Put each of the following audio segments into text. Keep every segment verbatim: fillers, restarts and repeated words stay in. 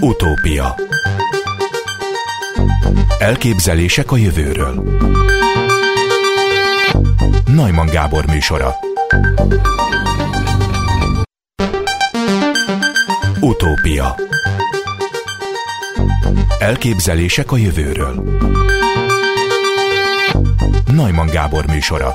Utópia. Elképzelések a jövőről. Neumann Gábor műsora. Utópia. Elképzelések a jövőről. Neumann Gábor műsora.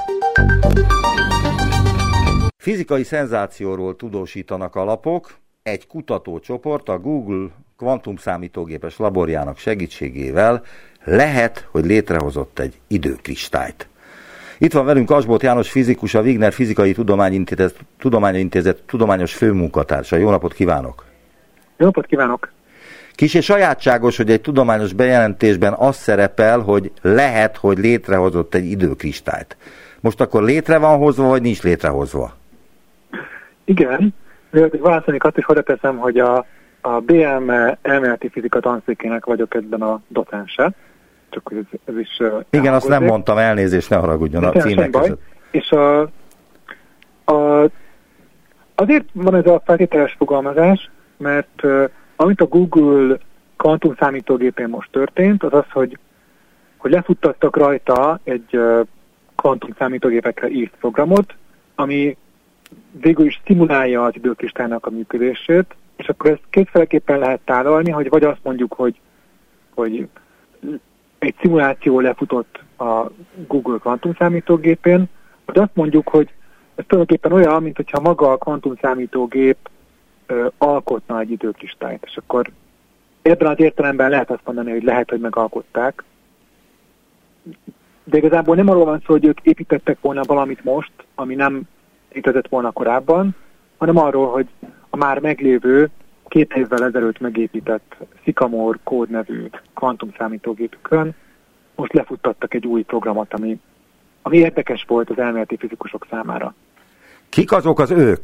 Fizikai szenzációról tudósítanak a lapok. Egy kutatócsoport a Google kvantumszámítógépes laborjának segítségével lehet, hogy létrehozott egy időkristályt. Itt van velünk Asbolt János fizikus, a Wigner Fizikai Tudományintézet, Tudományintézet tudományos főmunkatársa. Jó napot kívánok! Jó napot kívánok! Kis és sajátságos, hogy egy tudományos bejelentésben az szerepel, hogy lehet, hogy létrehozott egy időkristályt. Most akkor létre van hozva, vagy nincs létrehozva? Igen, mielőtt válaszolni azt is hozzáteszem, hogy a, a bé em e elméleti fizika tanszékének vagyok ebben a docense. Csak hogy ez, ez is... Igen, azt nem mondtam, elnézést, ne haragudjon a címek között. És a, a, azért van ez a feltételes fogalmazás, mert uh, amit a Google kvantumszámítógépén most történt, az az, hogy, hogy lefuttattak rajta egy uh, kvantumszámítógépekre írt programot, ami végül is szimulálja az időkristálynak a működését, és akkor ezt kétféleképpen lehet tálalni, hogy vagy azt mondjuk, hogy, hogy egy szimuláció lefutott a Google kvantumszámítógépén, vagy azt mondjuk, hogy ez tulajdonképpen olyan, mint hogyha maga a kvantumszámítógép ö, alkotna egy időkristályt, és akkor ebben az értelemben lehet azt mondani, hogy lehet, hogy megalkották. De igazából nem arról van szó, hogy ők építettek volna valamit most, ami nem létezett volna korábban, hanem arról, hogy a már meglévő, két évvel ezelőtt megépített Sycamore Code nevű kvantumszámítógépükön most lefuttattak egy új programot, ami, ami érdekes volt az elméleti fizikusok számára. Kik azok az ők?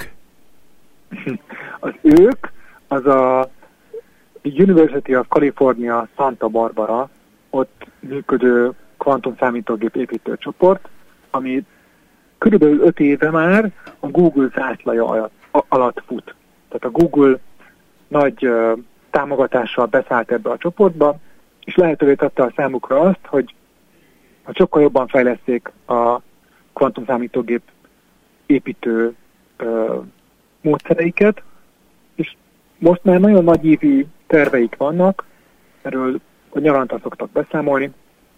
Az ők, az a University of California Santa Barbara, ott működő kvantumszámítógép építőcsoport, ami körülbelül öt éve már a Google zászlaja alatt fut. Tehát a Google nagy uh, támogatással beszállt ebbe a csoportba, és lehetővé tette a számukra azt, hogy, hogy sokkal jobban fejleszték a kvantumszámítógép építő uh, módszereiket, és most már nagyon nagyívű terveik vannak, erről a nyaranta szoktak beszámolni.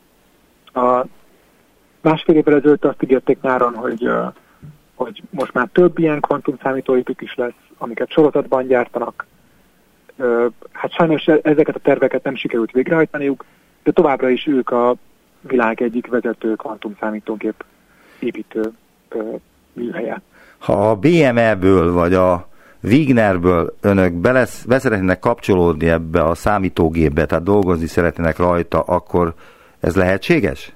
A másfél évvel ezelőtt azt ígérték nyáron, hogy, uh, hogy most már több ilyen kvantumszámítógépük is lesz, amiket sorozatban gyártanak. Uh, hát sajnos ezeket a terveket nem sikerült végrehajtaniuk, de továbbra is ők a világ egyik vezető kvantumszámítógép építő uh, műhelye. Ha a bé em e-ből vagy a Wignerből önök belesz, beszeretnének kapcsolódni ebbe a számítógépbe, tehát dolgozni szeretnének rajta, akkor ez lehetséges?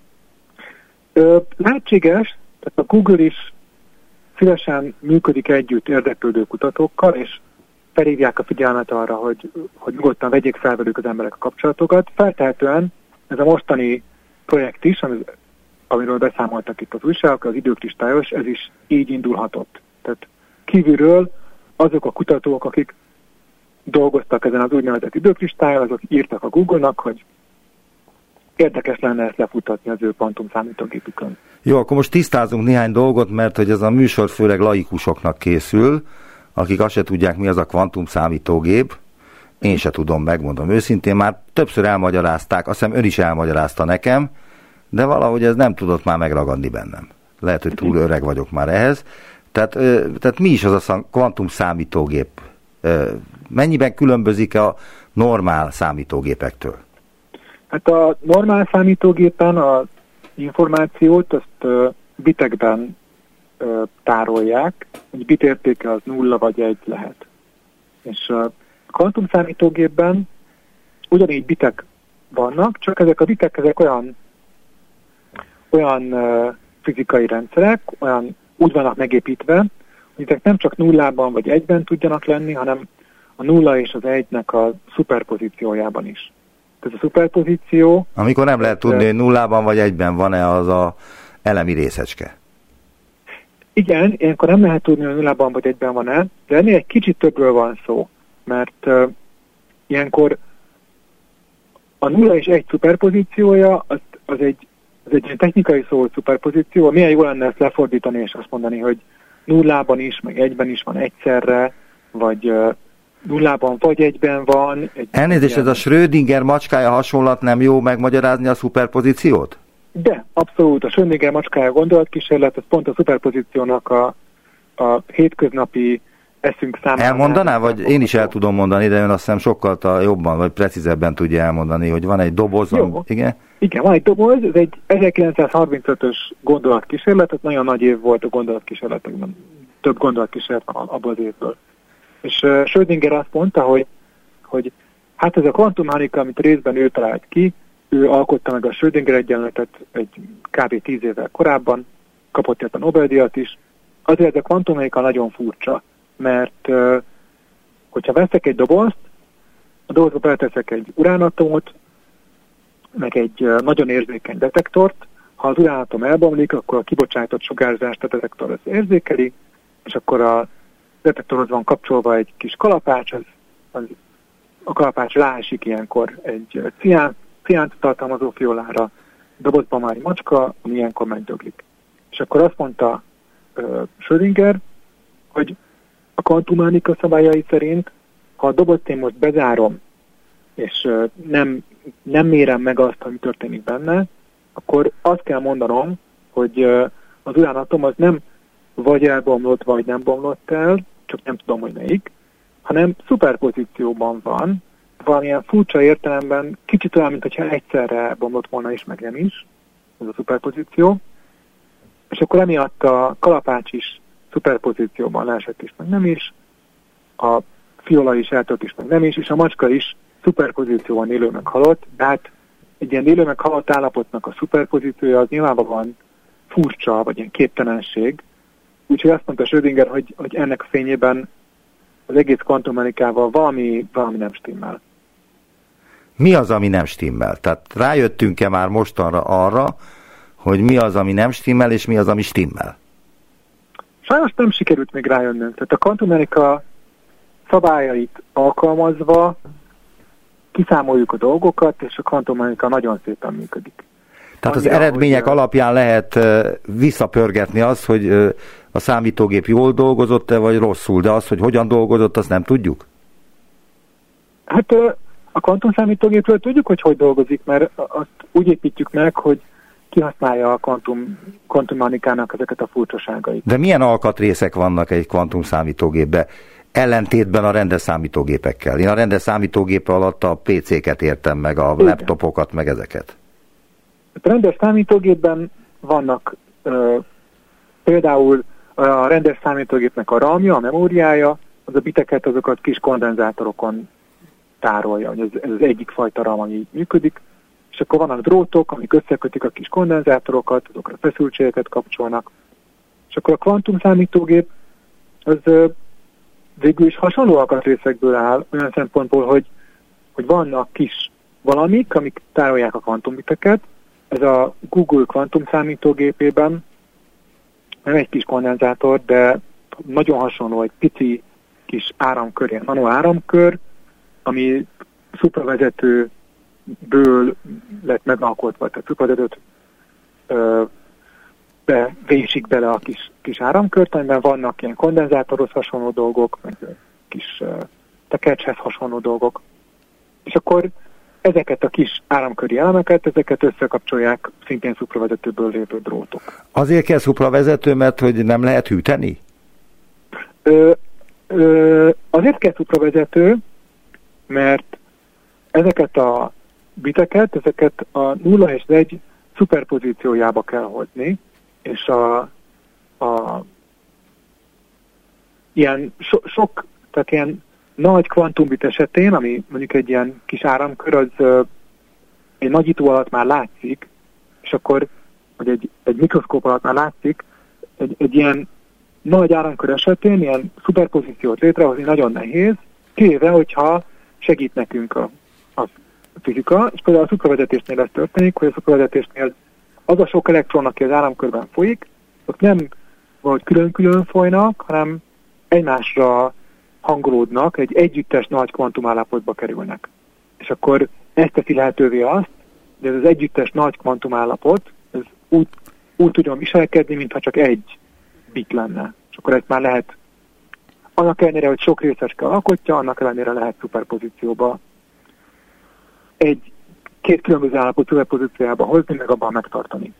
Ö, lehetséges, tehát a Google is szívesen működik együtt érdeklődő kutatókkal, és felhívják a figyelmet arra, hogy, hogy nyugodtan vegyék fel velük az emberek a kapcsolatokat. Feltehetően ez a mostani projekt is, amiről beszámoltak itt az újságok, az időkristályos, ez is így indulhatott. Tehát kívülről azok a kutatók, akik dolgoztak ezen az úgynevezett időkristályon, azok írtak a Google-nak, hogy érdekes lenne ezt lefutatni az ő kvantumszámítógépükön. Jó, akkor most tisztázunk néhány dolgot, mert hogy ez a műsor főleg laikusoknak készül, akik azt se tudják, mi az a kvantumszámítógép. Én se tudom, megmondom őszintén, már többször elmagyarázták, azt hiszem ön is elmagyarázta nekem, de valahogy ez nem tudott már megragadni bennem. Lehet, hogy túl öreg vagyok már ehhez. Tehát, tehát mi is az a kvantumszámítógép? Mennyiben különbözik a normál számítógépektől? Hát a normál számítógépen az információt azt uh, bitekben uh, tárolják, egy bit értéke az nulla vagy egy lehet. És a kvantumszámítógépben ugyanígy bitek vannak, csak ezek a bitek ezek olyan, olyan uh, fizikai rendszerek, olyan úgy vannak megépítve, hogy ezek nem csak nullában vagy egyben tudjanak lenni, hanem a nulla és az egynek a szuperpozíciójában is. Ez a szuperpozíció... Amikor nem lehet tudni, hogy nullában vagy egyben van-e az a elemi részecske. Igen, ilyenkor nem lehet tudni, hogy nullában vagy egyben van-e, de ennél egy kicsit többről van szó, mert uh, ilyenkor a nulla és egy szuperpozíciója az, az egy az egy technikai szó, szuperpozíció, milyen jó lenne ezt lefordítani és azt mondani, hogy nullában is, meg egyben is van egyszerre, vagy uh, nullában vagy egyben van. Egy Elnézést, ilyen... ez a Schrödinger macskája hasonlat nem jó megmagyarázni a szuperpozíciót? De, abszolút. A Schrödinger macskája gondolatkísérlet, ez pont a szuperpozíciónak a, a hétköznapi eszünk számára. Elmondaná, vagy én is el tudom mondani, de ön azt hiszem sokkal jobban, vagy precízebben tudja elmondani, hogy van egy doboz. Jó. Igen? Igen, van egy doboz, ez egy ezerkilencszázharmincötös gondolatkísérlet, ez nagyon nagy év volt a gondolatkísérletekben, több gondolatkísérlet van abból az évből. És uh, Schrödinger azt mondta, hogy, hogy hát ez a kvantummechanika, amit részben ő talált ki, ő alkotta meg a Schrödinger egyenletet egy kb. tíz évvel korábban, kapott ezt a Nobel-díjat is. Azért ez a kvantummechanika nagyon furcsa, mert uh, hogyha veszek egy dobozt, a dobozba beleteszek egy uránatomot, meg egy uh, nagyon érzékeny detektort, ha az uránatom elbomlik, akkor a kibocsátott sugárzást a detektor az érzékeli, és akkor a detektorhoz van kapcsolva egy kis kalapács, az, az, a kalapács ráesik ilyenkor egy cián, ciánt tartalmazó fiolára, dobozban már egy macska, ami ilyenkor megdöglik. És akkor azt mondta uh, Schrödinger, hogy a kvantummechanika szabályai szerint, ha a dobozt én most bezárom, és uh, nem, nem mérem meg azt, ami történik benne, akkor azt kell mondanom, hogy uh, az uránatom az nem vagy elbomlott, vagy nem bomlott el, csak nem tudom, hogy melyik, hanem szuperpozícióban van, valamilyen furcsa értelemben, kicsit olyan, mintha egyszerre bomlott volna is, meg nem is, ez a szuperpozíció, és akkor emiatt a kalapács is szuperpozícióban leesett is, meg nem is, a fiola is eltört is, meg nem is, és a macska is szuperpozícióban élő meg halott, de hát egy ilyen élő meg halott állapotnak a szuperpozíciója az nyilvánvalóan furcsa, vagy ilyen képtelenség. Úgyhogy azt mondta Schrödinger, hogy, hogy ennek a fényében az egész kvantummechanikával valami, valami nem stimmel. Mi az, ami nem stimmel? Tehát rájöttünk-e már mostanra arra, hogy mi az, ami nem stimmel, és mi az, ami stimmel? Sajnos nem sikerült még rájönnünk. Tehát a kvantummechanika szabályait alkalmazva kiszámoljuk a dolgokat, és a kvantummechanika nagyon szépen működik. Tehát az eredmények hogy, alapján lehet uh, visszapörgetni azt, hogy uh, a számítógép jól dolgozott-e, vagy rosszul, de az, hogy hogyan dolgozott, azt nem tudjuk? Hát uh, a kvantumszámítógépről tudjuk, hogy hogy dolgozik, mert azt úgy építjük meg, hogy kihasználja a kvantum, kvantummechanikának ezeket a furcsaságait. De milyen alkatrészek vannak egy kvantumszámítógépben, ellentétben a rendes számítógépekkel? Én a rendes számítógép alatt a pé céket értem meg, a Igen. laptopokat, meg ezeket. A rendes számítógépben vannak uh, például a rendes számítógépnek a ramja, a memóriája, az a biteket, azokat kis kondenzátorokon tárolja, hogy ez, ez az egyik fajta RAM, ami így működik, és akkor vannak drótok, amik összekötik a kis kondenzátorokat, azokra feszültségeket kapcsolnak, és akkor a kvantumszámítógép az uh, végül is hasonló alkatrészekből áll, olyan szempontból, hogy, hogy vannak kis valamik, amik tárolják a kvantumbiteket. Ez a Google kvantum számítógépében nem egy kis kondenzátor, de nagyon hasonló, egy pici kis áramkör, ilyen nano áramkör, ami szupravezetőből lett megalkotva, tehát szupravezetőt be, vésik bele a kis, kis áramkört, amiben vannak ilyen kondenzátorhoz hasonló dolgok, meg kis uh, tekercshez hasonló dolgok. És akkor ezeket a kis áramköri elemeket, ezeket összekapcsolják szintén szupravezetőből lévő drótok. Azért kell szupravezető, mert hogy nem lehet hűteni? Ö, ö, azért kell szupravezető, mert ezeket a biteket, ezeket a nulla és egy szuperpozíciójába kell hozni, és a, a ilyen so, sok, tehát ilyen nagy kvantumbit esetén, ami mondjuk egy ilyen kis áramkör, az uh, egy nagyító alatt már látszik, és akkor, vagy egy, egy mikroszkóp alatt már látszik, egy, egy ilyen nagy áramkör esetén ilyen szuperpozíciót létrehozni nagyon nehéz, kivéve, hogyha segít nekünk a, a fizika, és például a szupravezetésnél ez történik, hogy a szupravezetésnél az a sok elektron, aki az áramkörben folyik, ott nem valahogy külön-külön folynak, hanem egymásra hangolódnak, egy együttes nagy kvantumállapotba kerülnek. És akkor ezt teszi lehetővé azt, hogy ez az együttes nagy kvantumállapot, ez úgy, úgy tudjon viselkedni, mintha csak egy bit lenne. És akkor ezt már lehet, annak ellenére, hogy sok részecske alkotja, annak ellenére lehet szuperpozícióba egy két különböző állapot szuperpozíciójába hozni, meg abban megtartani.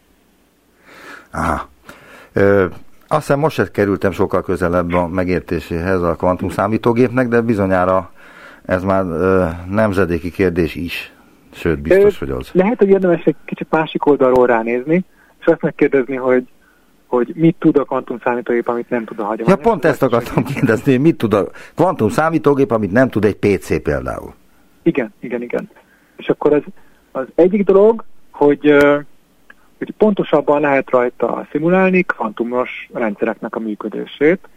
Aha. Ö, azt hiszem most sem kerültem sokkal közelebb a megértéséhez a kvantum számítógépnek, de bizonyára ez már ö, nemzedéki kérdés is. Sőt, biztos, ö, hogy az. Lehet, hogy érdemes egy kicsit másik oldalról ránézni, és azt megkérdezni, hogy, hogy mit tud a kvantum számítógép, amit nem tud a hagyományos. Ja, pont ezt akartam kérdezni, hogy mit tud a kvantum számítógép, amit nem tud egy pé cé például. Igen, igen, igen. És akkor az, az egyik dolog, hogy, hogy pontosabban lehet rajta szimulálni kvantumos rendszereknek a működését.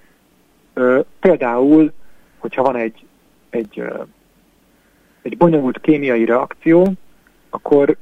Például, hogyha van egy, egy, egy bonyolult kémiai reakció, akkor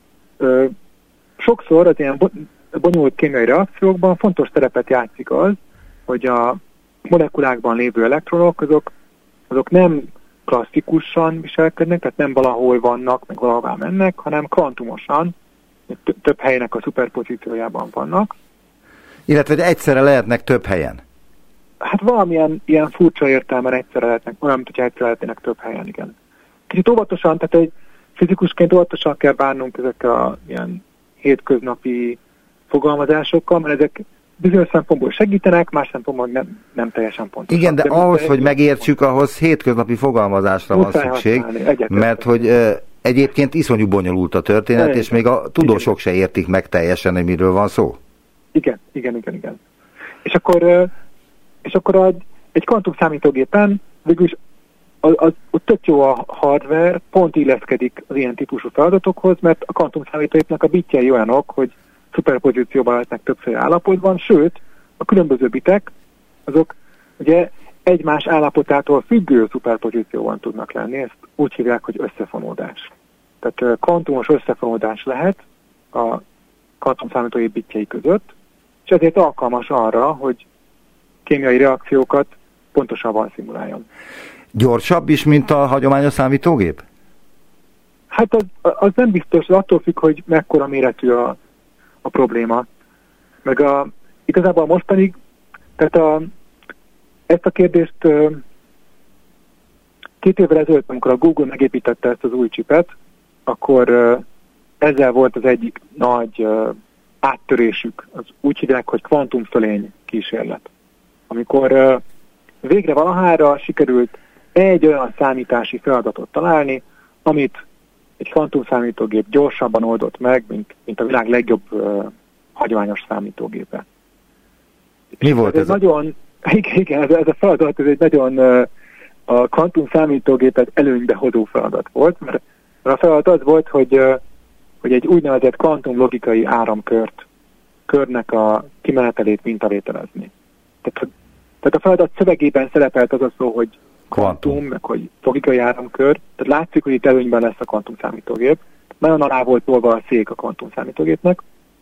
sokszor az ilyen bonyolult kémiai reakciókban fontos szerepet játszik az, hogy a molekulákban lévő elektronok azok, azok nem klasszikusan viselkednek, tehát nem valahol vannak, meg valahová mennek, hanem kvantumosan, több helynek a szuperpozíciójában vannak. Illetve egyszerre lehetnek több helyen. Hát valamilyen ilyen furcsa értelmen egyszerre lehetnek, olyan, mint hogyha egyszerre lehetnek több helyen, igen. Kicsit óvatosan, tehát egy fizikusként óvatosan kell bánnunk ezekkel a ilyen hétköznapi fogalmazásokkal, mert ezek bizonyos szempontból segítenek, más szempontból nem, nem teljesen pontosan. Igen, de, de ahhoz, hogy megértsük, ahhoz hétköznapi fogalmazásra van szükség, mert hogy e, egyébként iszonyú bonyolult a történet, igen, és még a tudósok se értik meg teljesen, hogy miről van szó. Igen, igen, igen, igen. És akkor, és akkor egy, egy kvantum számítógépen végülis az, az, az tök jó a hardware, pont illeszkedik az ilyen típusú feladatokhoz, mert a kvantum számítógépnek a bitjei olyanok, hogy szuperpozícióban lehetnek többféle állapotban, sőt, a különböző bitek, azok ugye egymás állapotától függő szuperpozícióban tudnak lenni, ezt úgy hívják, hogy összefonódás. Tehát kvantumos összefonódás lehet a kvantumszámítógép bitjei között, és ezért alkalmas arra, hogy kémiai reakciókat pontosabban szimuláljon. Gyorsabb is, mint a hagyományos számítógép? Hát az, az nem biztos, az attól függ, hogy mekkora méretű a a probléma. Meg a, igazából mostanig, tehát a, ezt a kérdést két évvel ezelőtt, amikor a Google megépítette ezt az új csipet, akkor ezzel volt az egyik nagy áttörésük. Az úgy hívják, hogy kvantumfölény kísérlet. Amikor végre valahára sikerült egy olyan számítási feladatot találni, amit egy kvantumszámítógép gyorsabban oldott meg, mint, mint a világ legjobb uh, hagyományos számítógépe. Mi és volt ez? ez a... Nagyon, igen, ez, ez a feladat, ez egy nagyon uh, a kvantumszámítógépet előnybe hozó feladat volt, mert, mert a feladat az volt, hogy, uh, hogy egy úgynevezett kvantumlogikai áramkört, körnek a kimenetelét mintavételezni. Tehát, tehát a feladat szövegében szerepelt az a szó, hogy kvantum, meg hogy logikai áramkör, tehát látszik, hogy itt előnyben lesz a kvantumszámítógép. Nagyon alá volt tolva a szék a kvantumszámítógépnek,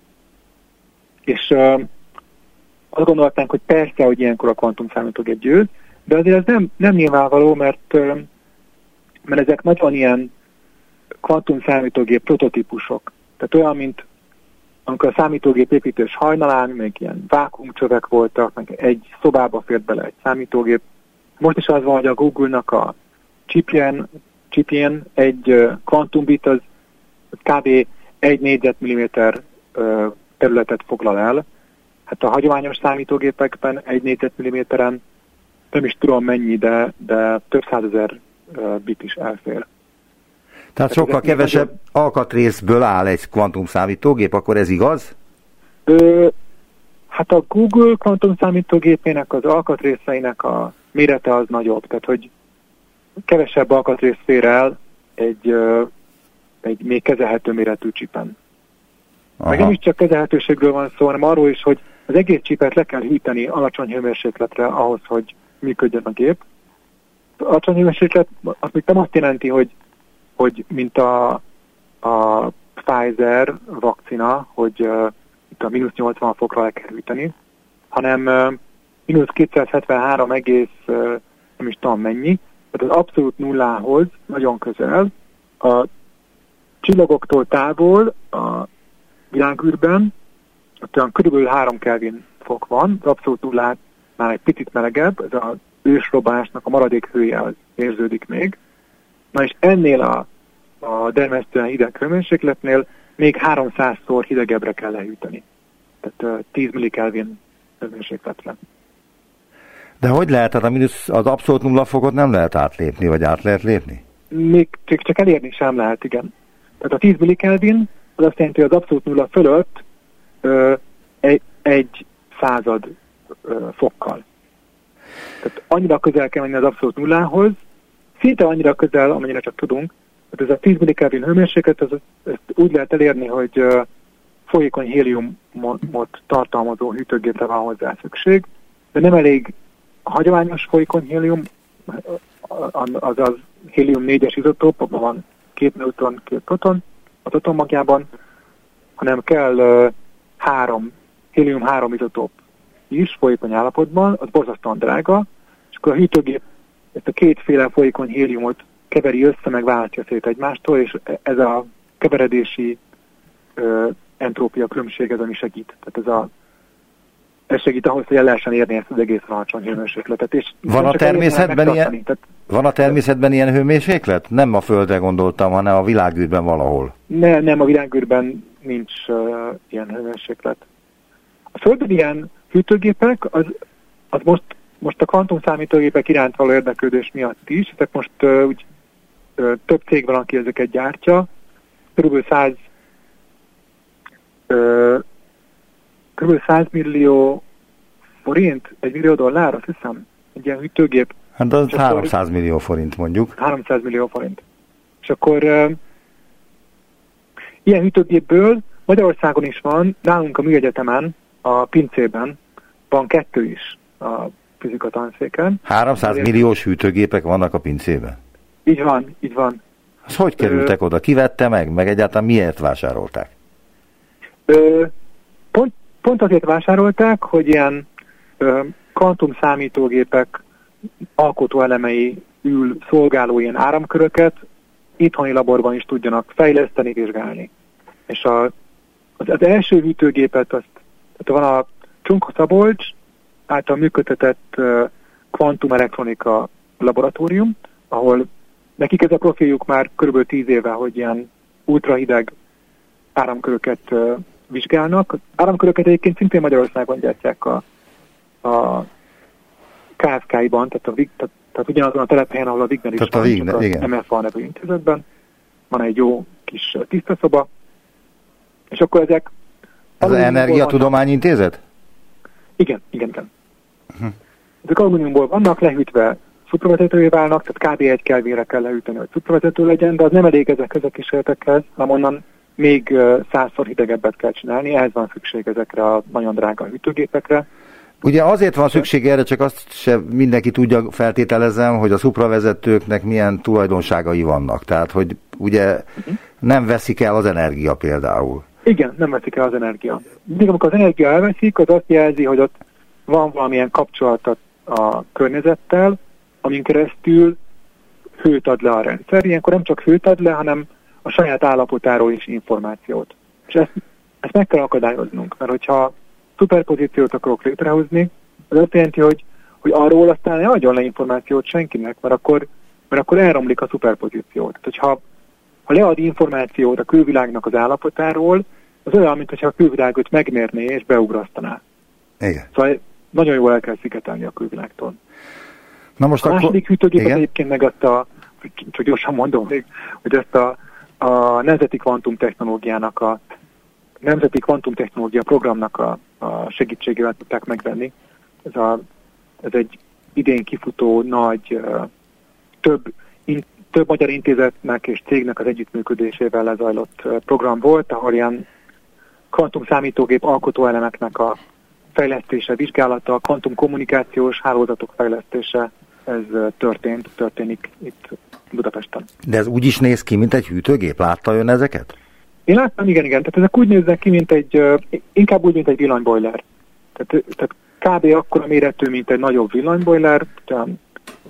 és uh, azt gondolták, hogy persze, hogy ilyenkor a kvantumszámítógép győz, de azért ez nem, nem nyilvánvaló, mert, uh, mert ezek nagyon ilyen kvantumszámítógép prototípusok. Tehát olyan, mint amikor a számítógép építés hajnalán, még ilyen vákuumcsövek voltak, meg egy szobába fért bele egy számítógép. Most is az van, hogy a Google-nak a chipjen, chipjen egy kvantumbit az kb. egy négyzetmilliméter területet foglal el. Hát a hagyományos számítógépekben egy négyzetmilliméteren nem is tudom mennyi, de, de több százezer bit is elfér. Tehát sokkal kevesebb nagyon... alkatrészből áll egy kvantumszámítógép, akkor ez igaz? Ö, hát a Google kvantumszámítógépének az alkatrészeinek a mérete az nagyobb, tehát hogy kevesebb alkatrész fér el egy, egy még kezelhető méretű csipen. Aha. Meg nem is csak kezelhetőségről van szó, hanem arról is, hogy az egész csipet le kell hűteni alacsony hőmérsékletre ahhoz, hogy működjön a gép. Alacsony hőmérséklet az még nem azt jelenti, hogy, hogy mint a, a Pfizer vakcina, hogy uh, itt a mínusz nyolcvan fokra le kell hűteni, hanem uh, mínusz kétszázhetvenhárom egész nem is tudom mennyi, tehát az abszolút nullához nagyon közel, a csillagoktól távol a világűrben, ott olyan körülbelül három Kelvin fok van, az abszolút nullát már egy picit melegebb, ez az ősrobbanásnak a maradék hője az érződik még. Na és ennél a, a dermesztően hideg hőmérsékletnél még háromszázszor hidegebbre kell lehűteni. Tehát uh, tíz millikelvin hőmérsékletre. De hogy lehet, hát a mínusz, az abszolút nulla fokot nem lehet átlépni, vagy át lehet lépni? Még csak, csak elérni sem lehet, igen. Tehát a tíz millikelvin az azt jelenti, hogy az abszolút nulla fölött ö, egy, egy század ö, fokkal. Tehát annyira közel kell menni az abszolút nullához, szinte annyira közel, amennyire csak tudunk. Tehát ez a tíz millikelvin hőmérséklet, az, ezt úgy lehet elérni, hogy ö, folyékony héliumot tartalmazó hűtőgépre van hozzá szükség, de nem elég a hagyományos folyékony hélium, azaz hélium négyes izotóp, abban van két neutron, két proton az atommagjában, hanem kell uh, három, hélium három izotóp is folyékony állapotban, az borzasztóan drága, és akkor a hűtőgép ezt a kétféle folyékony héliumot keveri össze, meg váltja szét egymástól, és ez a keveredési uh, entrópia különbség, ez ami segít. Tehát ez a Ez segít ahhoz, hogy el lehessen érni ezt az egész alacsony hőmérsékletet. És van a természetben ilyen, tehát, van a természetben ilyen hőmérséklet? Nem a Földre gondoltam, hanem a világűrben valahol. Ne, nem, a világűrben nincs uh, ilyen hőmérséklet. A Földön ilyen hűtőgépek, az, az most, most a kvantumszámítógépek iránt való érdeklődés miatt is, tehát most uh, úgy, uh, több cég van, aki ezeket gyártja, körülbelül száz uh, Kb. száz millió forint, egy millió dollár, azt hiszem, egy ilyen hűtőgép. Hát az háromszáz millió forint mondjuk. háromszáz millió forint. És akkor uh, ilyen hűtőgépből Magyarországon is van, nálunk a Műegyetemen, a pincében van kettő is a fizika tanszéken. háromszáz milliós hűtőgépek vannak a pincében? Így van, így van. Az hogy kerültek Ö... oda? Ki vette meg? Meg egyáltalán miért vásárolták? Ö, pont Pont azért vásárolták, hogy ilyen ö, kvantum számítógépek alkotóelemei ül szolgáló ilyen áramköröket itthoni laborban is tudjanak fejleszteni, vizsgálni. És a, az, az első hűtőgépet, azt, tehát van a Csunka Szabolcs által működtetett uh, kvantumelektronika laboratórium, ahol nekik ez a profiljuk már körülbelül tíz éve, hogy ilyen ultrahideg áramköröket uh, vizsgálnak. Áramköröket egyébként szintén Magyarországon gyártják a, a ká ef ká-ban, tehát, a, tehát, tehát ugyanazon a telephelyen, ahol a Wigner is tehát van, a Wigner, az igen. em ef á nevű intézetben. Van egy jó kis tisztaszoba, és akkor ezek... Ez az Energiatudományintézet? Igen, igen, igen. Uh-huh. Ezek alumíniumból vannak, lehűtve szupravezetővé válnak, tehát kb. egy kelvinre kell lehűteni, hogy szupravezető legyen, de az nem elég ezekhez a kísérletekhez, hanem onnan még százszor hidegebbet kell csinálni, ehhez van szükség ezekre a nagyon drága hűtőgépekre. Ugye azért van szükség erre, csak azt se mindenki tudja, feltételezem, hogy a szupravezetőknek milyen tulajdonságai vannak. Tehát, hogy ugye uh-huh. nem veszik el az energia például. Igen, nem veszik el az energia. Mindig, amikor az energia elveszik, az azt jelzi, hogy ott van valamilyen kapcsolat a környezettel, amin keresztül hőt ad le a rendszer. Ilyenkor nem csak hőt ad le, hanem a saját állapotáról is információt. És ezt, ezt meg kell akadályoznunk, mert hogyha szuperpozíciót akarok létrehozni, az azt jelenti, hogy, hogy arról aztán ne adjon le információt senkinek, mert akkor, mert akkor elromlik a szuperpozíció. Tehát, hogyha ha lead információt a külvilágnak az állapotáról, az olyan, mintha a külvilágot megmérné és beugrasztaná. Igen. Szóval nagyon jól el kell szigetelni a külvilágtól. Na most a második akkor... hűtőgépet egyébként meg azt a, csak gyorsan mondom még, hogy ezt a, a Nemzeti Kvantumtechnológiának a Nemzeti Kvantumtechnológia programnak a, a segítségével tudták megvenni. Ez, a, ez egy idén kifutó nagy, uh, több, in, több magyar intézetnek és cégnek az együttműködésével lezajlott uh, program volt, ahol ilyen kvantumszámítógép alkotóelemeknek a fejlesztése, vizsgálata, kvantumkommunikációs hálózatok fejlesztése, ez uh, történt, történik itt Budapesten. De ez úgy is néz ki, mint egy hűtőgép? Látta ön ezeket? Én láttam, igen, igen. Tehát ezek úgy néznek ki, mint egy, uh, inkább úgy, mint egy villanybojler. Tehát, tehát kb. Akkora méretű, mint egy nagyobb villanybojler,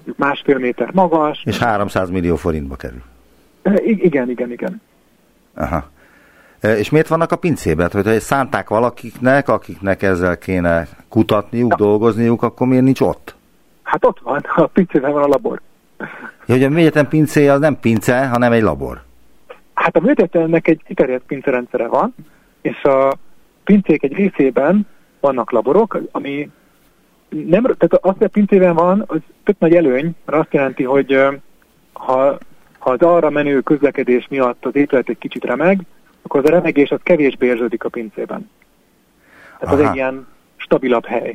másfél méter magas. És háromszáz millió forintba kerül. I- igen, igen, igen. Aha. És miért vannak a pincében? Hogyha szánták valakiknek, akiknek ezzel kéne kutatniuk, ja. dolgozniuk, akkor miért nincs ott? Hát ott van, a pincében van a labor. Ja, hogy a műegyetem pincéje az nem pince, hanem egy labor. Hát a műegyetemnek egy kiterjedt pincerendszere van, és a pincék egy részében vannak laborok, ami nem, tehát az, hogy a pincében van, az tök nagy előny, mert azt jelenti, hogy ha, ha az arra menő közlekedés miatt az épület egy kicsit remeg, akkor az a remegés az kevésbé érződik a pincében. Tehát Aha. az egy ilyen stabilabb hely.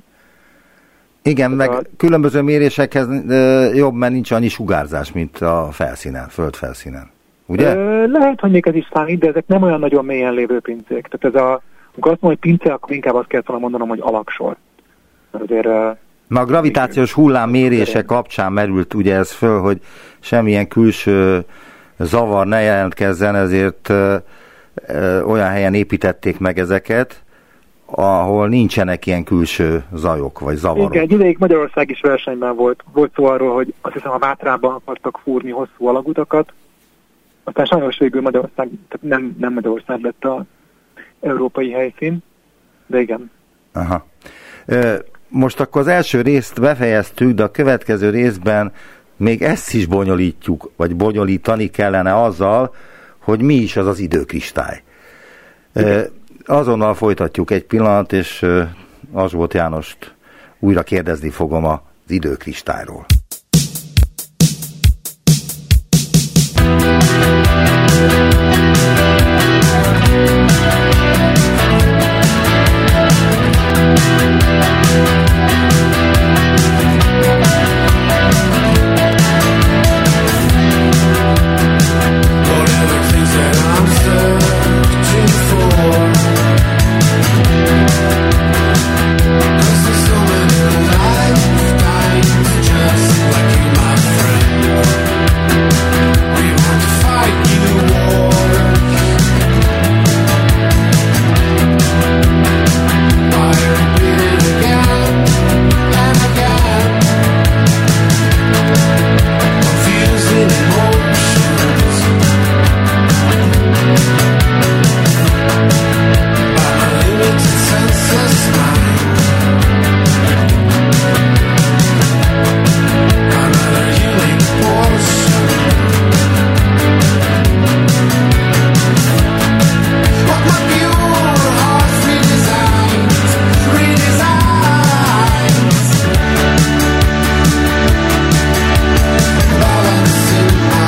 Igen, meg a... különböző mérésekhez jobb, mert nincs annyi sugárzás, mint a felszínen, földfelszínen. Ugye? Ö, lehet, hogy még ez is számít, de ezek nem olyan nagyon mélyen lévő pincék. Tehát ez a, amikor azt mondom, hogy pince, akkor inkább azt kell volna mondanom, hogy alaksor. Azért, Na a gravitációs hullám mérése kapcsán merült ugye ez föl, hogy semmilyen külső zavar ne jelentkezzen, ezért ö, ö, olyan helyen építették meg ezeket, ahol nincsenek ilyen külső zajok, vagy zavarok. Igen, egy ideig Magyarország is versenyben volt. Volt szó arról, hogy azt hiszem a Mátrában akartak fúrni hosszú alagutakat, aztán sajnos végül Magyarország, tehát nem, nem Magyarország lett az európai helyszín, de igen. Aha. Most akkor az első részt befejeztük, de a következő részben még ezt is bonyolítjuk, vagy bonyolítani kellene azzal, hogy mi is az az időkristály. Igen. Azonnal folytatjuk egy pillanat, és Asboth Jánost újra kérdezni fogom az időkristályról. Balancing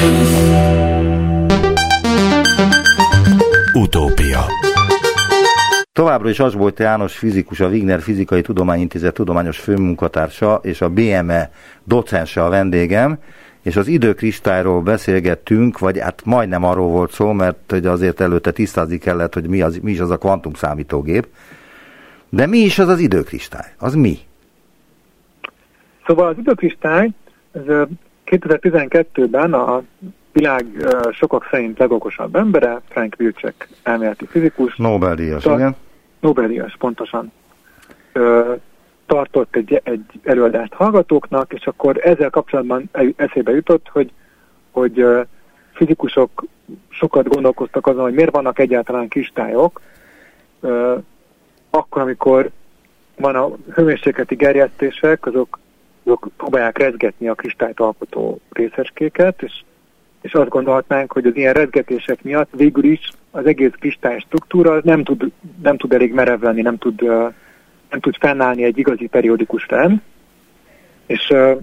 Utópia. Továbbra is Asbolyt János fizikus, a Wigner Fizikai Tudományintézet tudományos főmunkatársa és a bé em e docense a vendégem, és az időkristályról beszélgettünk, vagy hát majdnem arról volt szó, mert hogy azért előtte tisztázni kellett, hogy mi, az, mi is az a kvantumszámítógép. De mi is az az időkristály? Az mi? Szóval az időkristály, ez kétezer-tizenkettőben a világ sokak szerint legokosabb embere, Frank Wilczek elméleti fizikus. Nobel-díjas, tar- igen. Nobel-díjas, pontosan. Ö, tartott egy, egy előadást hallgatóknak, és akkor ezzel kapcsolatban eszébe jutott, hogy, hogy fizikusok sokat gondolkoztak azon, hogy miért vannak egyáltalán kristályok, ö, akkor, amikor van a hőmérsékleti gerjesztések, azok, azok próbálják rezgetni a kristályt alkotó részecskéket, és, és azt gondolhatnánk, hogy az ilyen rezgetések miatt végül is az egész kristály struktúra nem tud, nem tud elég merev lenni, nem tud, nem tud fennállni egy igazi periódikus rend, és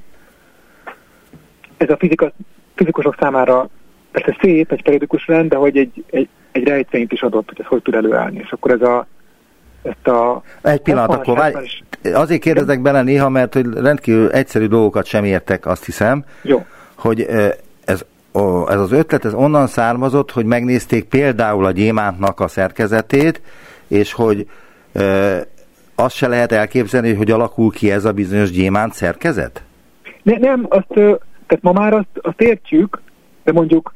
ez a fizika, fizikusok számára persze szép egy periódikus rend, de hogy egy, egy, egy rejtvényt is adott, hogy ez hogy tud előállni, és akkor ez a ezt a... Egy pillanat, akkor várj, azért kérdezek bele néha, mert hogy rendkívül egyszerű dolgokat sem értek, azt hiszem, Jó. hogy ez, ez az ötlet, ez onnan származott, hogy megnézték például a gyémántnak a szerkezetét, és hogy e, azt se lehet elképzelni, hogy alakul ki ez a bizonyos gyémánt szerkezet? Ne, nem, azt, tehát ma már azt, azt értjük, de mondjuk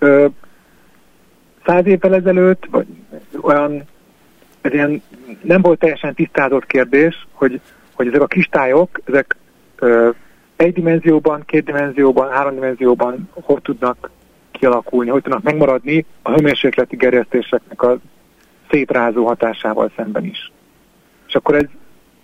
száz évvel ezelőtt, vagy olyan, ez ilyen nem volt teljesen tisztázott kérdés, hogy, hogy ezek a kristályok, ezek ö, egy dimenzióban, két dimenzióban, három dimenzióban hogy tudnak kialakulni, hogy tudnak megmaradni a hőmérsékleti gerjesztéseknek a szétrázó hatásával szemben is. És akkor ez,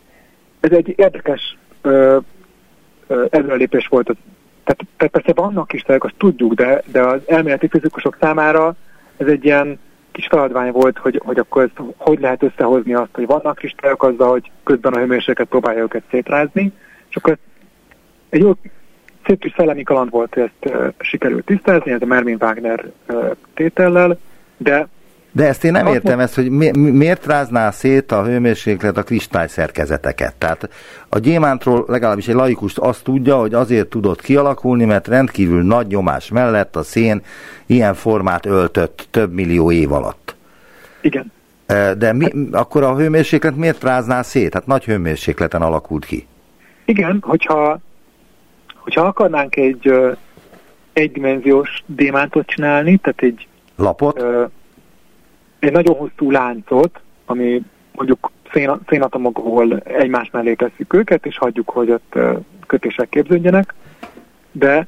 ez egy érdekes ö, ö, előrelépés volt. Tehát, tehát persze vannak kristályok, azt tudjuk, de, de az elméleti fizikusok számára ez egy ilyen kis feladvány volt, hogy, hogy akkor ezt, hogy lehet összehozni azt, hogy vannak kristályok azzal, hogy közben a hőmérséklet próbálja őket szétrázni, és akkor egy jó szép kis szellemi kaland volt, hogy ezt uh, sikerült tisztázni, ez a Mermin Wagner uh, tétellel, de... De ezt én nem értem, ezt, hogy mi, miért rázná szét a hőmérséklet a kristály szerkezeteket. Tehát a gyémántról legalábbis egy laikus azt tudja, hogy azért tudott kialakulni, mert rendkívül nagy nyomás mellett a szén ilyen formát öltött több millió év alatt. Igen. De mi, akkor a hőmérséklet miért rázná szét? Hát nagy hőmérsékleten alakult ki. Igen, hogyha, hogyha akarnánk egy uh, egydimenziós gyémántot csinálni, tehát egy... Lapot? Uh, egy nagyon hosszú láncot, ami mondjuk szén, szénatomokból egymás mellé tesszük őket, és hagyjuk, hogy ott uh, kötések képződjenek, de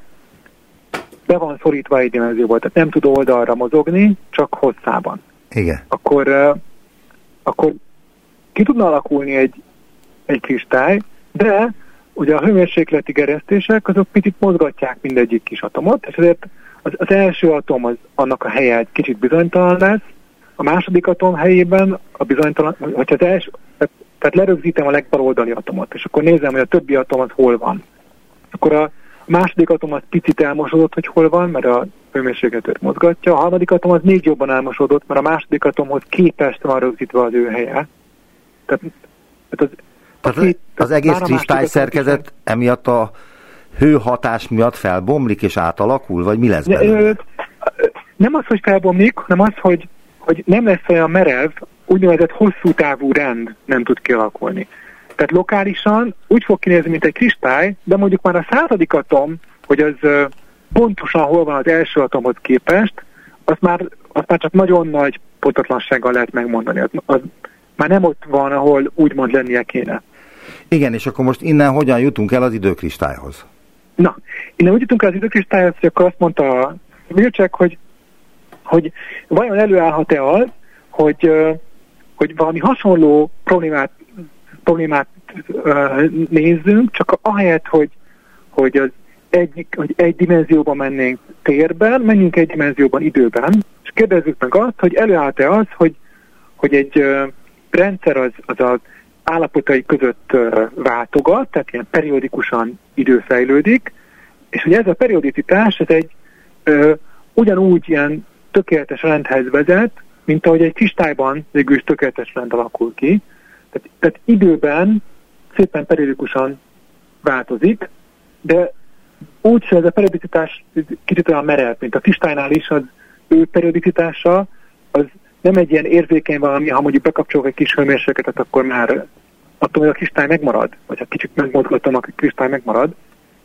be van szorítva egy dimenzióból, tehát nem tud oldalra mozogni, csak hosszában. Igen. Akkor, uh, akkor ki tudna alakulni egy, egy kristály, de ugye a hőmérsékleti gerjesztések azok picit mozgatják mindegyik kis atomot, és ezért az, az első atom, az, annak a helye egy kicsit bizonytalan lesz, a második atom helyében a bizonytalan, hogyha az első, tehát, tehát lerögzítem a legbaloldali atomot, és akkor nézem, hogy a többi atom az hol van. Akkor a második atom az picit elmosódott, hogy hol van, mert a hőmérsékletet mozgatja, a harmadik atom az még jobban elmosódott, mert a második atomhoz képest van rögzítve az ő helye. Tehát, tehát az, tehát az, az egész kristály szerkezet emiatt a hőhatás miatt felbomlik és átalakul, vagy mi lesz belőle? Nem az, hogy felbomlik, hanem az, hogy hogy nem lesz olyan merev, úgynevezett hosszú távú rend nem tud kialakulni. Tehát lokálisan úgy fog kinézni, mint egy kristály, de mondjuk már a századik atom, hogy az pontosan hol van az első atomhoz képest, azt már, azt már csak nagyon nagy pontatlansággal lehet megmondani. Az, az már nem ott van, ahol úgymond lennie kéne. Igen, és akkor most innen hogyan jutunk el az időkristályhoz? Na, innen úgy jutunk el az időkristályhoz, hogy akkor azt mondta a Wilczek, hogy hogy vajon előállhat-e az, hogy, hogy valami hasonló problémát, problémát nézzünk, csak ahelyett, hogy, hogy, az egy, hogy egy dimenzióban mennénk térben, menjünk egy dimenzióban időben, és kérdezzük meg azt, hogy előállhat-e az, hogy, hogy egy rendszer az, az az állapotai között váltogat, tehát ilyen periódikusan idő fejlődik, és hogy ez a periodicitás, ez egy ö, ugyanúgy ilyen tökéletes rendhez vezet, mint ahogy egy kristályban végül is tökéletes rend alakul ki. Tehát, tehát időben szépen periódikusan változik, de úgy, hogy ez a periodicitás kicsit olyan merev, mint a kristálynál is, az ő periodicitása, az nem egy ilyen érzékeny valami, ha mondjuk bekapcsolok egy kis hőmérsékletet, akkor már attól, hogy a kristály megmarad, vagy ha kicsit megmozgatom, a kristály megmarad.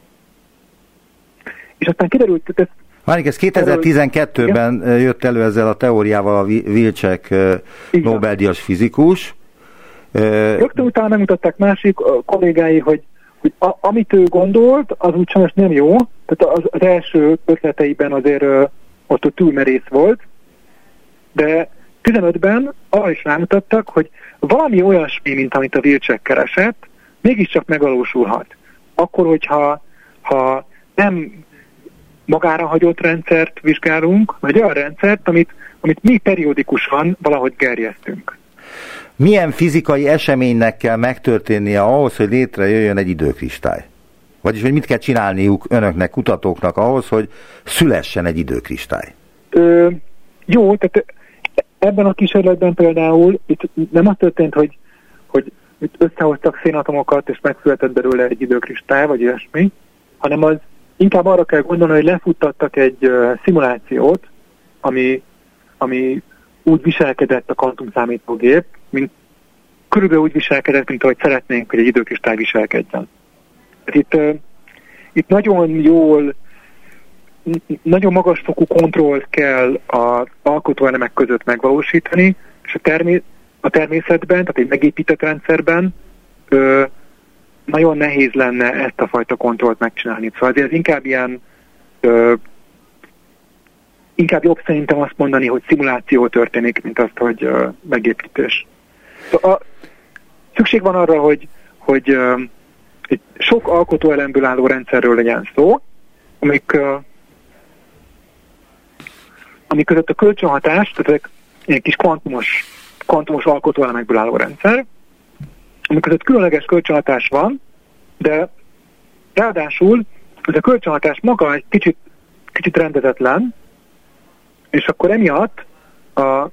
És aztán kiderült, hogy ez... Várjuk, ez kétezer-tizenkettőben igen? jött elő ezzel a teóriával a Wilczek Nobel-díjas fizikus. Rögtön utána megmutatták másik kollégái, hogy, hogy a, amit ő gondolt, az úgy sajnos nem jó. Tehát az, az első ötleteiben azért ott a túl merész volt, de tizenötben arra is rámutattak, hogy valami olyasmi, mint amit a Wilczek keresett, mégiscsak megvalósulhat. Akkor, hogyha ha nem magára hagyott rendszert vizsgálunk, vagy olyan rendszert, amit, amit mi periódikusan valahogy gerjesztünk. Milyen fizikai eseménynek kell megtörténnie ahhoz, hogy létrejöjjön egy időkristály? Vagyis, hogy mit kell csinálniuk önöknek, kutatóknak ahhoz, hogy szülessen egy időkristály? Ö, jó, tehát ebben a kísérletben például itt nem az történt, hogy, hogy itt összehoztak szénatomokat, és megszületett belőle egy időkristály, vagy ilyesmi, hanem az inkább arra kell gondolni, hogy lefuttattak egy uh, szimulációt, ami, ami úgy viselkedett a kvantumszámítógép, mint körülbelül úgy viselkedett, mint ahogy szeretnénk, hogy egy időkristály viselkedjen. Itt, uh, itt nagyon jól, nagyon magas fokú kontrollt kell az alkotóelemek között megvalósítani, és a, termé- a természetben, tehát egy megépített rendszerben uh, nagyon nehéz lenne ezt a fajta kontrollt megcsinálni. Szóval azért inkább ilyen, ö, inkább jobb szerintem azt mondani, hogy szimuláció történik, mint azt, hogy ö, megépítés. Szóval a, szükség van arra, hogy, hogy ö, egy sok alkotóelemből álló rendszerről legyen szó, amik, ö, amik között a kölcsönhatás, tehát ezek ilyen kis kvantumos, kvantumos alkotóelemekből álló rendszer, amik között különleges kölcsönhatás van, de ráadásul ez a kölcsönhatás maga egy kicsit, kicsit rendezetlen, és akkor emiatt a, a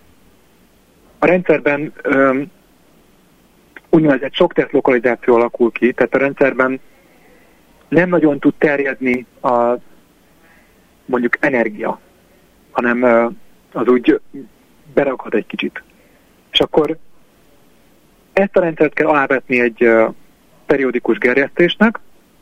rendszerben öm, úgynevezett soktest lokalizáció alakul ki, tehát a rendszerben nem nagyon tud terjedni a mondjuk energia, hanem ö, az úgy berakad egy kicsit. És akkor ezt a rendszert kell alávetni egy uh, periódikus gerjesztésnek,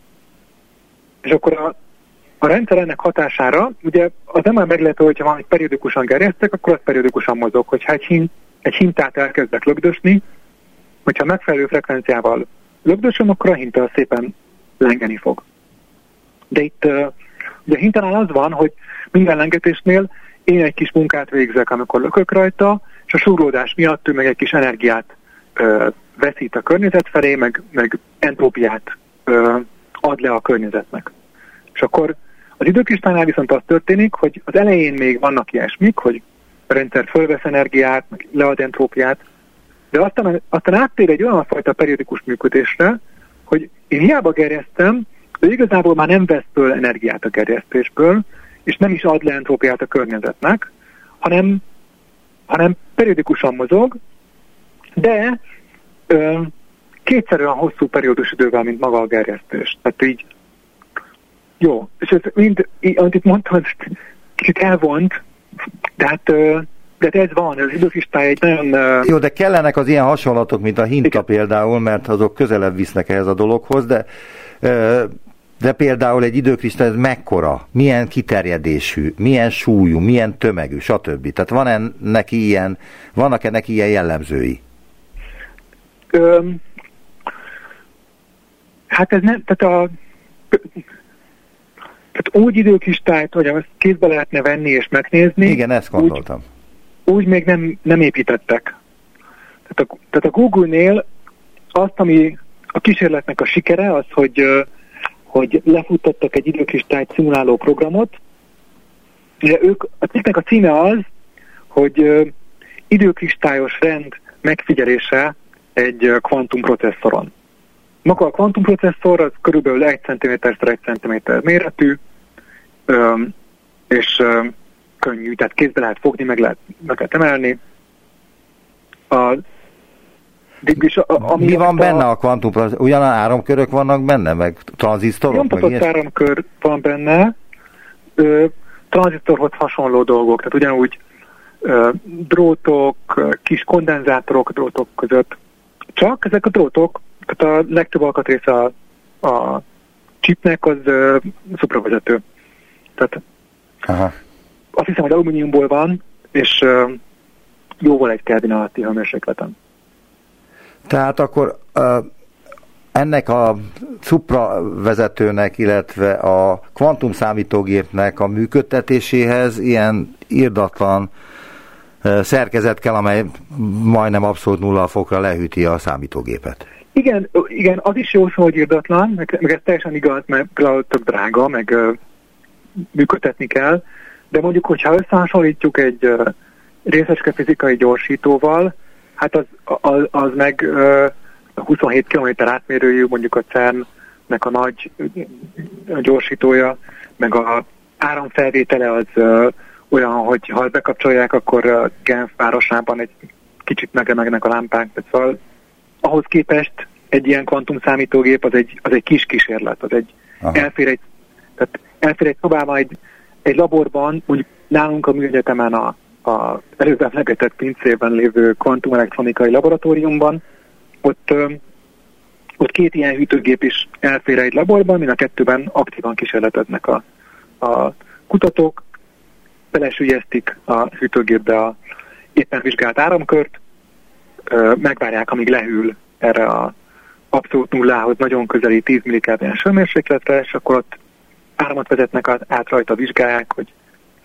és akkor a, a rendszer ennek hatására, ugye az nem már meglehető, hogyha valamit periódikusan gerjesztek, akkor az periódikusan mozog. Hogyha egy, hin, egy hintát elkezdek lögdösni, hogyha megfelelő frekvenciával lögdösöm, akkor a hinta szépen lengeni fog. De itt uh, ugye a hintánál az van, hogy minden lengetésnél én egy kis munkát végzek, amikor lökök rajta, és a súrlódás miatt ő meg egy kis energiát Ö, veszít a környezet felé, meg, meg entrópiát ö, ad le a környezetnek. És akkor az időkristálynál viszont az történik, hogy az elején még vannak ilyesmik, hogy a rendszer fölvesz energiát, meg lead entrópiát, de aztán, aztán áttér egy olyan fajta periódikus működésre, hogy én hiába gerjesztem, de igazából már nem vesz föl energiát a gerjesztésből, és nem is ad le entrópiát a környezetnek, hanem, hanem periódikusan mozog, de ö, kétszer olyan hosszú periódus idővel, mint maga a gerjesztés. Tehát így jó. És ez mind, amit itt mondtam, ez kicsit elvont, de hát, ö, de hát ez van, az időkristály egy nagyon... Ö... Jó, de kellenek az ilyen hasonlatok, mint a hinta igen. Például, mert azok közelebb visznek ehhez a dologhoz, de ö, de például egy időkristály ez mekkora, milyen kiterjedésű, milyen súlyú, milyen tömegű, stb. Tehát van neki ilyen, vannak-e neki ilyen jellemzői? Öm, hát ez nem, tehát a tehát úgy időkristályt, hogy azt kézbe lehetne venni és megnézni. Igen, ezt gondoltam. Úgy, úgy még nem, nem építettek. Tehát a, tehát a Google-nél azt, ami a kísérletnek a sikere, az, hogy, hogy lefuttattak egy időkristályt szimuláló programot. Ugye ők, a cikknek a címe az, hogy időkristályos rend megfigyelése egy kvantumprocesszoron. Maga a kvantumprocesszor az körülbelül egy centiméter-szer egy centiméter méretű, és uh, könnyű, tehát kézbe lehet fogni, meg lehet, meg lehet emelni. A, és a, a, Mi van a, benne a kvantum? Ugyan áramkörök vannak benne, meg tranzisztorok? Nyomtatott áramkör van benne, ö, tranzisztorhoz hasonló dolgok, tehát ugyanúgy ö, drótok, kis kondenzátorok drótok között. Csak ezek a drótok, tehát a legtöbb alkatrésze a, a chipnek az ö, szupravezető. Tehát aha. Azt hiszem, hogy alumíniumból van, és ö, jóval egy Kelvin alatti hőmérsékleten. Tehát akkor uh, ennek a szupravezetőnek, illetve a kvantumszámítógépnek a működtetéséhez ilyen irdatlan uh, szerkezet kell, amely majdnem abszolút nulla fokra lehűti a számítógépet. Igen, igen, az is jó szó, hogy irdatlan, meg, meg ez teljesen igaz, mert például tök drága, meg uh, működtetni kell, de mondjuk, hogyha összehasonlítjuk egy uh, részecske fizikai gyorsítóval, hát az, az, az meg uh, huszonhét kilométer átmérőjű, mondjuk a cernnek a nagy uh, gyorsítója, meg a áramfelvétele az uh, olyan, hogy ha bekapcsolják, akkor uh, Genf városában egy kicsit megremegnek a lámpák. Szóval ahhoz képest egy ilyen kvantumszámítógép az egy, az egy kis kísérlet, az egy elfér egy, tehát elfér egy szobában, egy, egy laborban, mondjuk nálunk a műegyetemen a az előbb emlegetett pincében lévő kvantumelektronikai laboratóriumban, ott, ö, ott két ilyen hűtőgép is elfér egy laborban, mind a kettőben aktívan kísérleteznek a, a kutatók, belesülyeztik a hűtőgépbe a éppen vizsgált áramkört, ö, megvárják, amíg lehűl erre a abszolút nullához nagyon közeli tíz millikelvines hőmérsékletre, és akkor ott áramot vezetnek át rajta, vizsgálják, hogy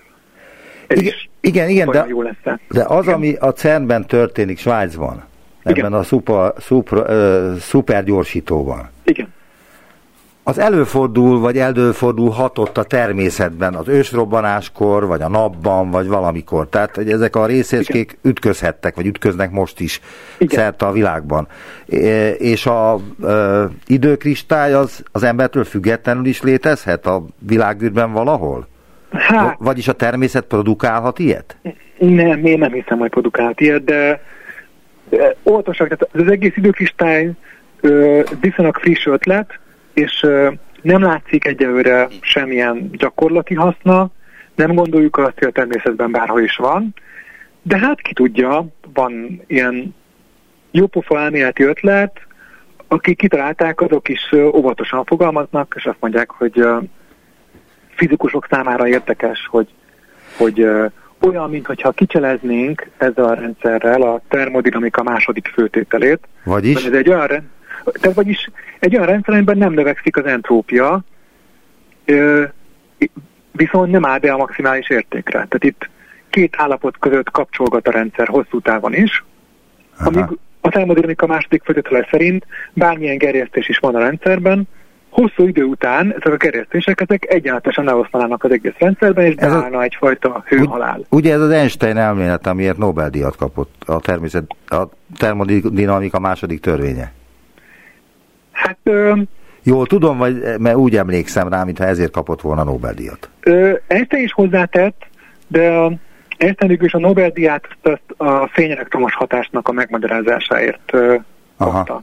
ez igen, igen, igen, de, jó lesz. De az, igen, ami a cernben történik, Svájcban, ebben igen, a szuper, szuper, uh, szupergyorsítóban. Igen. Az előfordul, vagy előfordulhatott a természetben, az ősrobbanáskor, vagy a napban, vagy valamikor. Tehát, hogy ezek a részecskék igen, ütközhettek, vagy ütköznek most is igen, szerte a világban. É, és a ö, időkristály az, az embertől függetlenül is létezhet a világűrben valahol? Hát, vagyis a természet produkálhat ilyet? Nem, én nem hiszem, hogy produkálhat ilyet, de, de óvatosak, tehát az egész időkristály ö, viszonylag friss ötlet, és ö, nem látszik egyelőre semmilyen gyakorlati haszna, nem gondoljuk azt, hogy a természetben bárhol is van, de hát ki tudja, van ilyen jópofa elméleti ötlet, akik kitalálták, azok is ö, óvatosan fogalmaznak, és azt mondják, hogy ö, fizikusok számára érdekes, hogy, hogy ö, olyan, mintha kicseleznénk ezzel a rendszerrel a termodinamika második főtételét. Vagyis? Ez egy olyan, tehát vagyis egy olyan rendszer, amiben nem növekszik az entrópia, ö, viszont nem áll be a maximális értékre. Tehát itt két állapot között kapcsolgat a rendszer hosszú távon is, aha, amíg a termodinamika második főtétele szerint bármilyen gerjesztés is van a rendszerben, hosszú idő után ezek a gerjesztések ezek egyenletesen leosztanának az egész rendszerben, és beállna egyfajta hőhalál. Ugye ez az Einstein elmélet, amiért Nobel-díjat kapott a, természet, a termodinamika második törvénye? Hát... Ö, Jól tudom, vagy, mert úgy emlékszem rá, mintha ezért kapott volna Nobel-díjat. Ö, Einstein is hozzátett, de a Einstein is a Nobel-díját a fényelektromos hatásnak a megmagyarázásáért ö, kapta.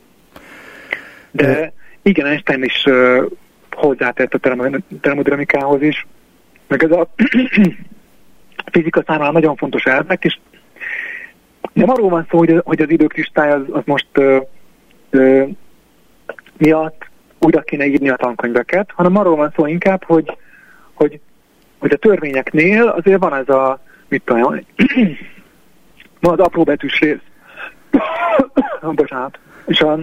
De... Ö, Igen, Einstein is uh, hozzátett a termodinamikához is, meg ez a fizika számára nagyon fontos elvek, és nem arról van szó, hogy, hogy az időkristály az, az most uh, uh, miatt újra kéne írni a tankönyveket, hanem arról van szó inkább, hogy, hogy, hogy a törvényeknél azért van ez a, mit tudom, van az apróbetűs rész. Bocsánat. És a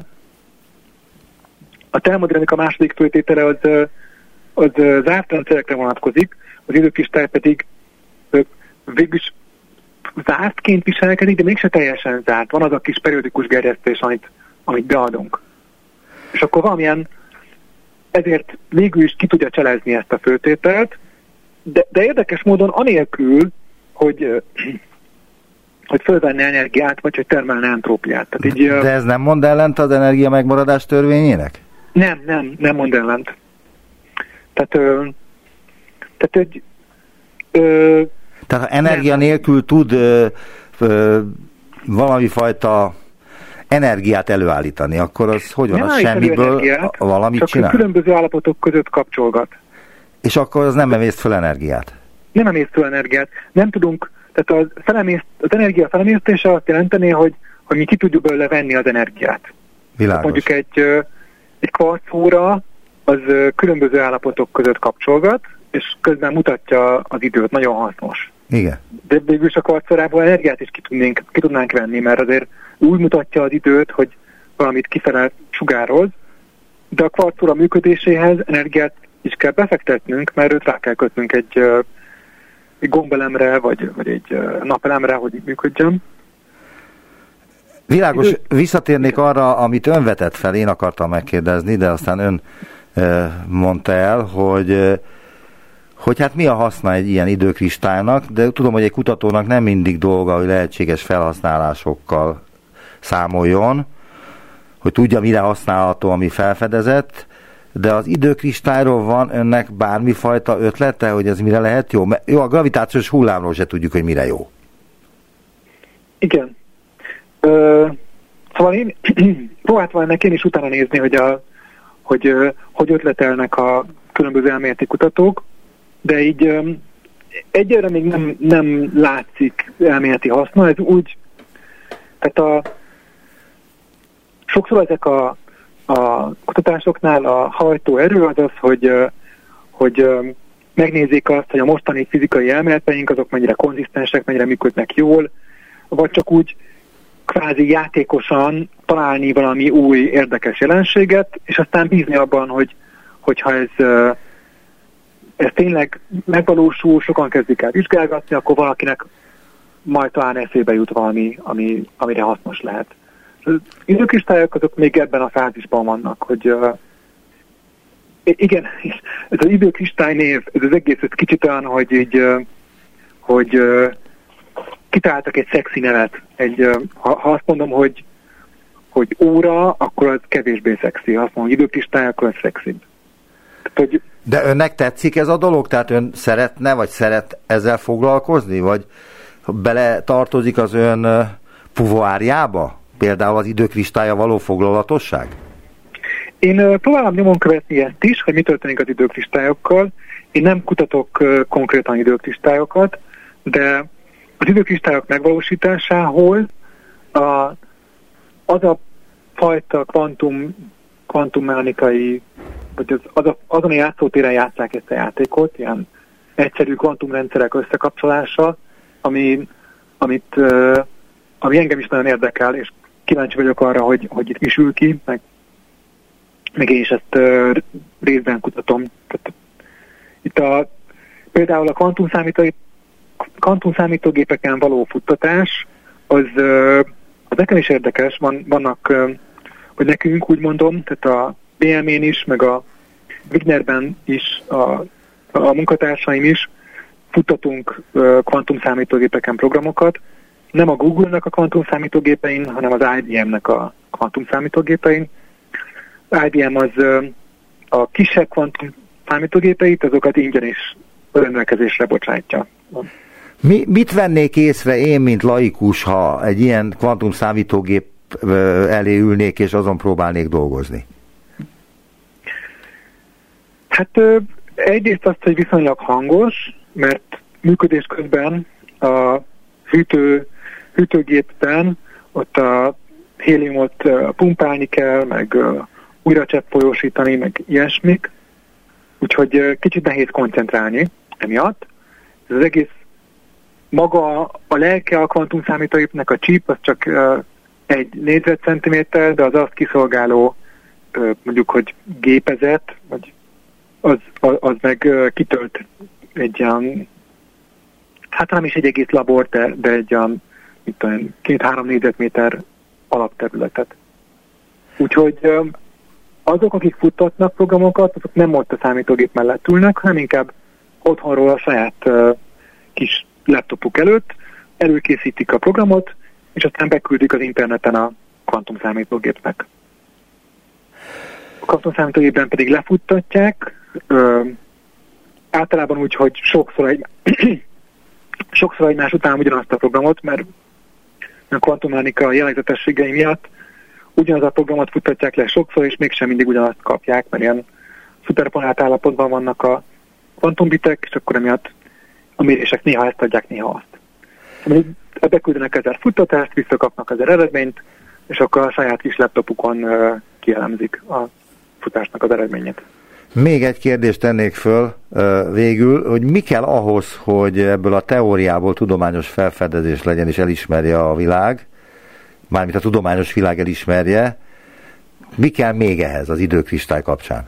A termodinamika második főtétele az, az zárt rendszerekre vonatkozik, az időkristály pedig végülis zártként viselkedik, de mégse teljesen zárt. Van az a kis periódikus gerjesztés, amit, amit beadunk. És akkor valamilyen, ezért végül is ki tudja cselezni ezt a főtételt, de, de érdekes módon anélkül, hogy, hogy fölvenne energiát, vagy hogy termelne entrópiát. Tehát így, de ez nem mond ellent az energia megmaradás törvényének? Nem, nem, nem mond ellent. Tehát, ö, tehát egy, Ö, Tehát ha energia nem. nélkül tud ö, ö, valami fajta energiát előállítani, akkor az hogy van, Nem az állít elő semmiből energiát, valamit csak csinál? különböző állapotok között kapcsolgat. És akkor az nem emészt föl energiát? Nem emészt föl energiát. Nem tudunk, tehát az, felemészt, az energia felemésztése azt jelenteni, hogy, hogy mi ki tudjuk belőle venni az energiát. Világos. Mondjuk egy, ö, egy kvarcóra az ö, különböző állapotok között kapcsolgat, és közben mutatja az időt, nagyon hasznos. Igen. De végül is a kvarcórából energiát is ki, tudnénk, ki tudnánk venni, mert azért úgy mutatja az időt, hogy valamit kifele sugároz, de a kvarcóra működéséhez energiát is kell befektetnünk, mert őt rá kell kötnünk egy, egy gombelemre, vagy, vagy egy napelemre, hogy működjön. Világos, visszatérnék arra, amit ön vetett fel, én akartam megkérdezni, de aztán ön mondta el, hogy, hogy hát mi a haszna egy ilyen időkristálynak, de tudom, hogy egy kutatónak nem mindig dolga, hogy lehetséges felhasználásokkal számoljon, hogy tudja, mire használható, ami felfedezett, de az időkristályról van önnek bármifajta ötlete, hogy ez mire lehet jó? Jó, a gravitációs hullámról se tudjuk, hogy mire jó. Igen. Ö, szóval én próbáltam ennek én is utána nézni, hogy, a, hogy, hogy ötletelnek a különböző elméleti kutatók, de így ö, egyelőre még nem, nem látszik elméleti haszna, ez úgy, tehát a sokszor ezek a, a kutatásoknál a hajtóerő az az, hogy, hogy megnézzék azt, hogy a mostani fizikai elméleteink azok mennyire konzisztensek, mennyire működnek jól, vagy csak úgy kvázi játékosan találni valami új érdekes jelenséget, és aztán bízni abban, hogy, hogyha ez, ez tényleg megvalósul, sokan kezdik el vizsgálgatni, akkor valakinek majd talán eszébe jut valami, ami, amire hasznos lehet. Az időkristályok azok még ebben a fázisban vannak, hogy uh, igen, ez az időkristály név, ez az egész ez kicsit olyan, hogy így, uh, hogy uh, kitaláltak egy szexi nevet. Egy, uh, ha, ha azt mondom, hogy, hogy óra, akkor az kevésbé szexi. Ha azt mondom, hogy időkristály, akkor az szexibb. Tehát, hogy de önnek tetszik ez a dolog? Tehát ön szeretne, vagy szeret ezzel foglalkozni? Vagy bele tartozik az ön puvoárjába? Például az időkristálya való foglalatosság? Én uh, próbálom nyomon követni ezt is, hogy mi történik az időkristályokkal. Én nem kutatok uh, konkrétan időkristályokat, de az időkristályok megvalósításához a, az a fajta kvantum, kvantummechanikai, vagy az, az a, azon a játszótéren játsszák ezt a játékot, ilyen egyszerű kvantumrendszerek összekapcsolása, ami, amit, uh, ami engem is nagyon érdekel, és kíváncsi vagyok arra, hogy, hogy itt mi sül ki, meg, meg én is ezt uh, részben kutatom. Tehát, itt a, például a kvantumszámítógép, kvantumszámítógépeken való futtatás, az, uh, az nekem is érdekes, Van, vannak, uh, vagy nekünk úgy mondom, tehát a bé em én is, meg a Wignerben is, a, a munkatársaim is futtatunk uh, kvantumszámítógépeken programokat, nem a Google-nek a kvantumszámítógépein, hanem az i bé em-nek a kvantumszámítógépein. Az i bé em az a kisebb kvantumszámítógépeit, azokat ingyen is rendelkezésre bocsátja. Mi, mit vennék észre én, mint laikus, ha egy ilyen kvantumszámítógép elé ülnék, és azon próbálnék dolgozni? Hát egyrészt azt, hogy viszonylag hangos, mert működés közben a hűtő, hűtőgépben ott a héliumot pumpálni kell, meg újra cseppfolyósítani, meg ilyesmik. Úgyhogy kicsit nehéz koncentrálni emiatt. Ez az egész maga a lelke a kvantumszámítógépnek, a chip, az csak egy négyzetcentiméter, de az azt kiszolgáló mondjuk, hogy gépezet, vagy az, az meg kitölt egy ilyen, hát nem is egy egész labor, de, de egy olyan, mit tudom, két-három négyzetméter alapterületet. Úgyhogy azok, akik futtatnak programokat, azok nem ott a számítógép mellett ülnek, hanem inkább otthonról a saját uh, kis laptopuk előtt előkészítik a programot, és aztán beküldik az interneten a kvantumszámítógépnek. A kvantumszámítógépben pedig lefuttatják, uh, általában úgy, hogy sokszor, egy, sokszor egymás után ugyanazt a programot, mert a kvantummechanika jellegzetességei miatt ugyanaz a programot futtatják le sokszor, és mégsem mindig ugyanazt kapják, mert ilyen szuperponált állapotban vannak a kvantumbitek, és akkor emiatt a mérések néha ezt adják, néha azt. Beküldenek ezer futtatást, visszakapnak ezer eredményt, és akkor a saját kis laptopukon uh, kielemzik a futásnak az eredményét. Még egy kérdést tennék föl uh, végül, hogy mi kell ahhoz, hogy ebből a teóriából tudományos felfedezés legyen, és elismerje a világ, mármint a tudományos világ elismerje, mi kell még ehhez az időkristály kapcsán?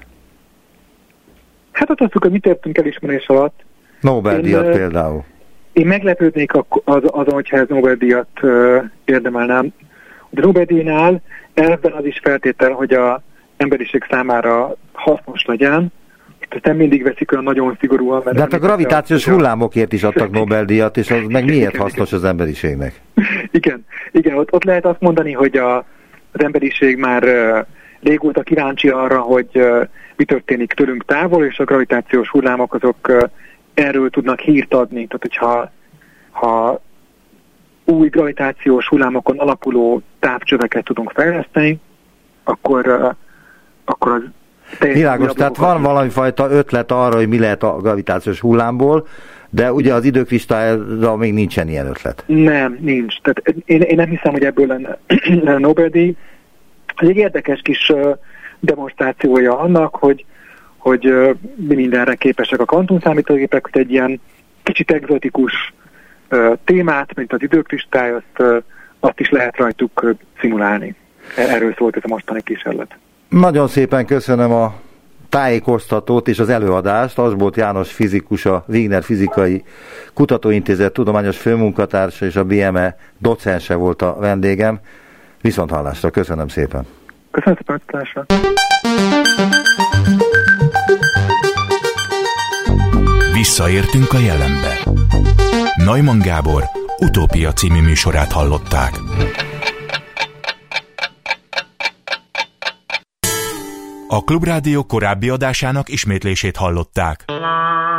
Hát azt mondjuk, hogy mit értünk elismerés alatt. Nobel-díjat például. Én meglepődnék az, azon, hogyha ez Nobel-díjat uh, érdemelném. De Nobel-díjnál ebben az is feltétel, hogy az emberiség számára hasznos legyen. Ezt nem mindig veszik olyan nagyon szigorúan. De hát a gravitációs a... hullámokért is adtak Nobel-díjat, és az meg miért hasznos az emberiségnek? Igen, igen ott, ott lehet azt mondani, hogy a, az emberiség már uh, régóta kíváncsi arra, hogy uh, mi történik tőlünk távol, és a gravitációs hullámok azok uh, erről tudnak hírt adni. Tehát, hogyha ha új gravitációs hullámokon alapuló távcsöveket tudunk fejleszteni, akkor, uh, akkor az világos, tehát van valami fajta ötlet arra, hogy mi lehet a gravitációs hullámból, de ugye az időkristályra még nincsen ilyen ötlet. Nem, nincs. Tehát én, én nem hiszem, hogy ebből lenne, lenne Nobel-díj. Ez egy érdekes kis uh, demonstrációja annak, hogy, hogy uh, mi mindenre képesek a kvantumszámítógépek, hogy egy ilyen kicsit egzotikus uh, témát, mint az időkristály, azt, uh, azt is lehet rajtuk uh, szimulálni. Erről szólt ez a mostani kísérlet. Nagyon szépen köszönöm a tájékoztatót és az előadást. Asbolt János fizikus, a Wigner Fizikai Kutatóintézet tudományos főmunkatársa és a bé em e docense volt a vendégem. Viszonthallásra, köszönöm szépen. Köszönöm szépen, viszonthallásra. Visszaértünk a jelenbe. Neumann Gábor Utópia című műsorát hallották. A Klubrádió korábbi adásának ismétlését hallották.